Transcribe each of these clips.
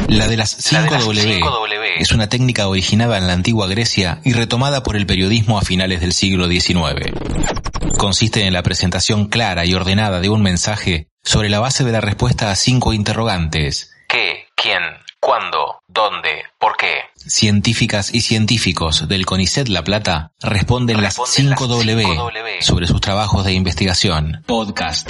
La de las 5W es una técnica originada en la antigua Grecia y retomada por el periodismo a finales del siglo XIX. Consiste en la presentación clara y ordenada de un mensaje sobre la base de la respuesta a 5 interrogantes. ¿Qué? ¿Quién? ¿Cuándo? ¿Dónde? ¿Por qué? Científicas y científicos del CONICET La Plata responden las 5W sobre sus trabajos de investigación. Podcast.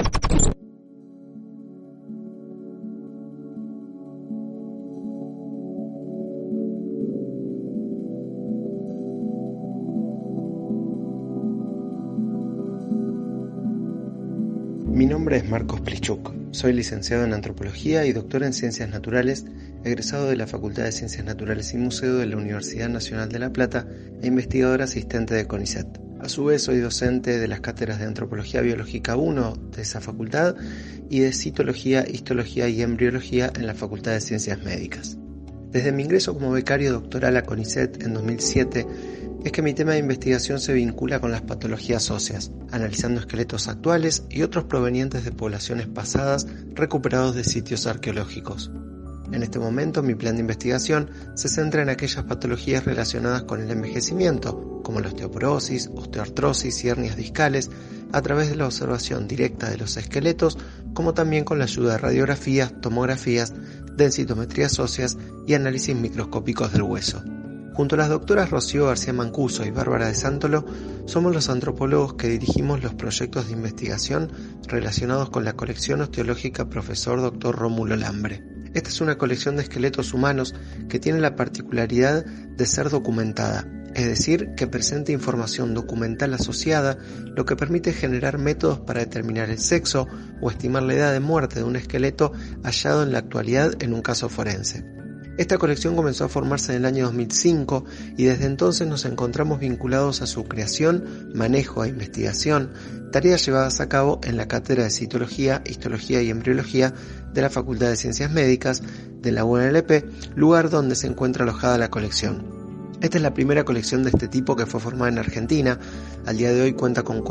Mi nombre es Marcos Plichuk, soy licenciado en Antropología y doctor en Ciencias Naturales, egresado de la Facultad de Ciencias Naturales y Museo de la Universidad Nacional de La Plata e investigador asistente de CONICET. A su vez soy docente de las cátedras de Antropología Biológica 1 de esa facultad y de Citología, Histología y Embriología en la Facultad de Ciencias Médicas. Desde mi ingreso como becario doctoral a CONICET en 2007, es que mi tema de investigación se vincula con las patologías óseas, analizando esqueletos actuales y otros provenientes de poblaciones pasadas recuperados de sitios arqueológicos. En este momento mi plan de investigación se centra en aquellas patologías relacionadas con el envejecimiento, como la osteoporosis, osteoartrosis y hernias discales, a través de la observación directa de los esqueletos, como también con la ayuda de radiografías, tomografías, densitometrías óseas y análisis microscópicos del hueso. Junto a las doctoras Rocío García Mancuso y Bárbara de Sántolo, somos los antropólogos que dirigimos los proyectos de investigación relacionados con la colección osteológica Profesor Dr. Rómulo Lambre. Esta es una colección de esqueletos humanos que tiene la particularidad de ser documentada, es decir, que presenta información documental asociada, lo que permite generar métodos para determinar el sexo o estimar la edad de muerte de un esqueleto hallado en la actualidad en un caso forense. Esta colección comenzó a formarse en el año 2005 y desde entonces nos encontramos vinculados a su creación, manejo e investigación, tareas llevadas a cabo en la Cátedra de Citología, Histología y Embriología de la Facultad de Ciencias Médicas de la UNLP, lugar donde se encuentra alojada la colección. Esta es la primera colección de este tipo que fue formada en Argentina. Al día de hoy cuenta con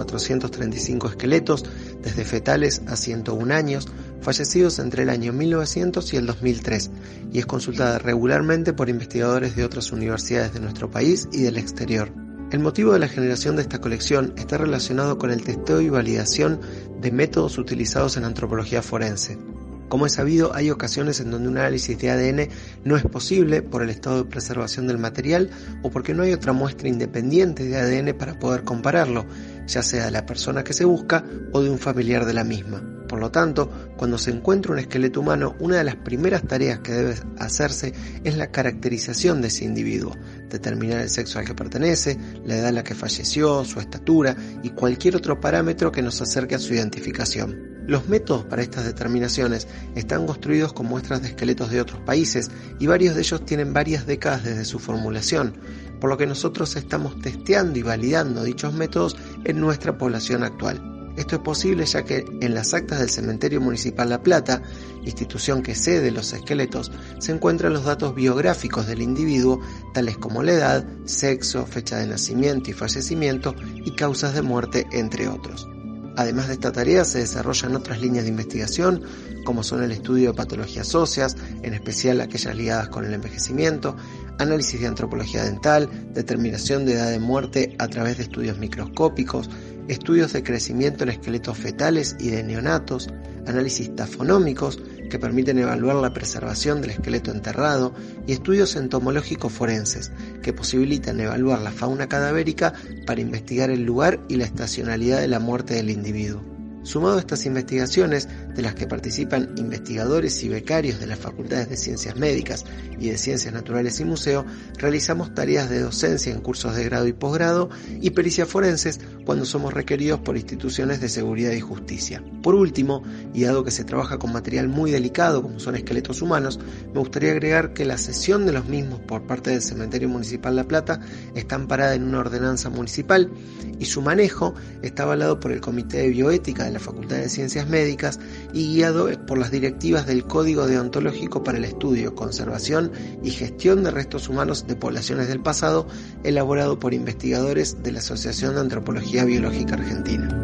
435 esqueletos, desde fetales a 101 años, fallecidos entre el año 1900 y el 2003, y es consultada regularmente por investigadores de otras universidades de nuestro país y del exterior. El motivo de la generación de esta colección está relacionado con el testeo y validación de métodos utilizados en antropología forense. Como es sabido, hay ocasiones en donde un análisis de ADN no es posible por el estado de preservación del material o porque no hay otra muestra independiente de ADN para poder compararlo, ya sea de la persona que se busca o de un familiar de la misma. Por lo tanto, cuando se encuentra un esqueleto humano, una de las primeras tareas que debe hacerse es la caracterización de ese individuo, determinar el sexo al que pertenece, la edad a la que falleció, su estatura y cualquier otro parámetro que nos acerque a su identificación. Los métodos para estas determinaciones están construidos con muestras de esqueletos de otros países y varios de ellos tienen varias décadas desde su formulación, por lo que nosotros estamos testeando y validando dichos métodos en nuestra población actual. Esto es posible ya que en las actas del Cementerio Municipal La Plata, institución que cede los esqueletos, se encuentran los datos biográficos del individuo, tales como la edad, sexo, fecha de nacimiento y fallecimiento y causas de muerte, entre otros. Además de esta tarea se desarrollan otras líneas de investigación, como son el estudio de patologías óseas, en especial aquellas ligadas con el envejecimiento, análisis de antropología dental, determinación de edad de muerte a través de estudios microscópicos, estudios de crecimiento en esqueletos fetales y de neonatos, análisis tafonómicos que permiten evaluar la preservación del esqueleto enterrado y estudios entomológicos forenses que posibilitan evaluar la fauna cadavérica para investigar el lugar y la estacionalidad de la muerte del individuo. Sumado a estas investigaciones, de las que participan investigadores y becarios de las facultades de Ciencias Médicas y de Ciencias Naturales y Museo, realizamos tareas de docencia en cursos de grado y posgrado y pericias forenses cuando somos requeridos por instituciones de seguridad y justicia. Por último, y dado que se trabaja con material muy delicado como son esqueletos humanos, me gustaría agregar que la cesión de los mismos por parte del Cementerio Municipal La Plata está amparada en una ordenanza municipal y su manejo está avalado por el Comité de Bioética de la Facultad de Ciencias Médicas y guiado por las directivas del Código Deontológico para el Estudio, Conservación y Gestión de Restos Humanos de Poblaciones del Pasado, elaborado por investigadores de la Asociación de Antropología Biológica Argentina.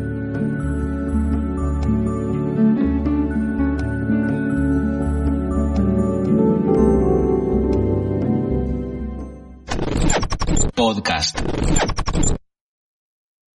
Podcast.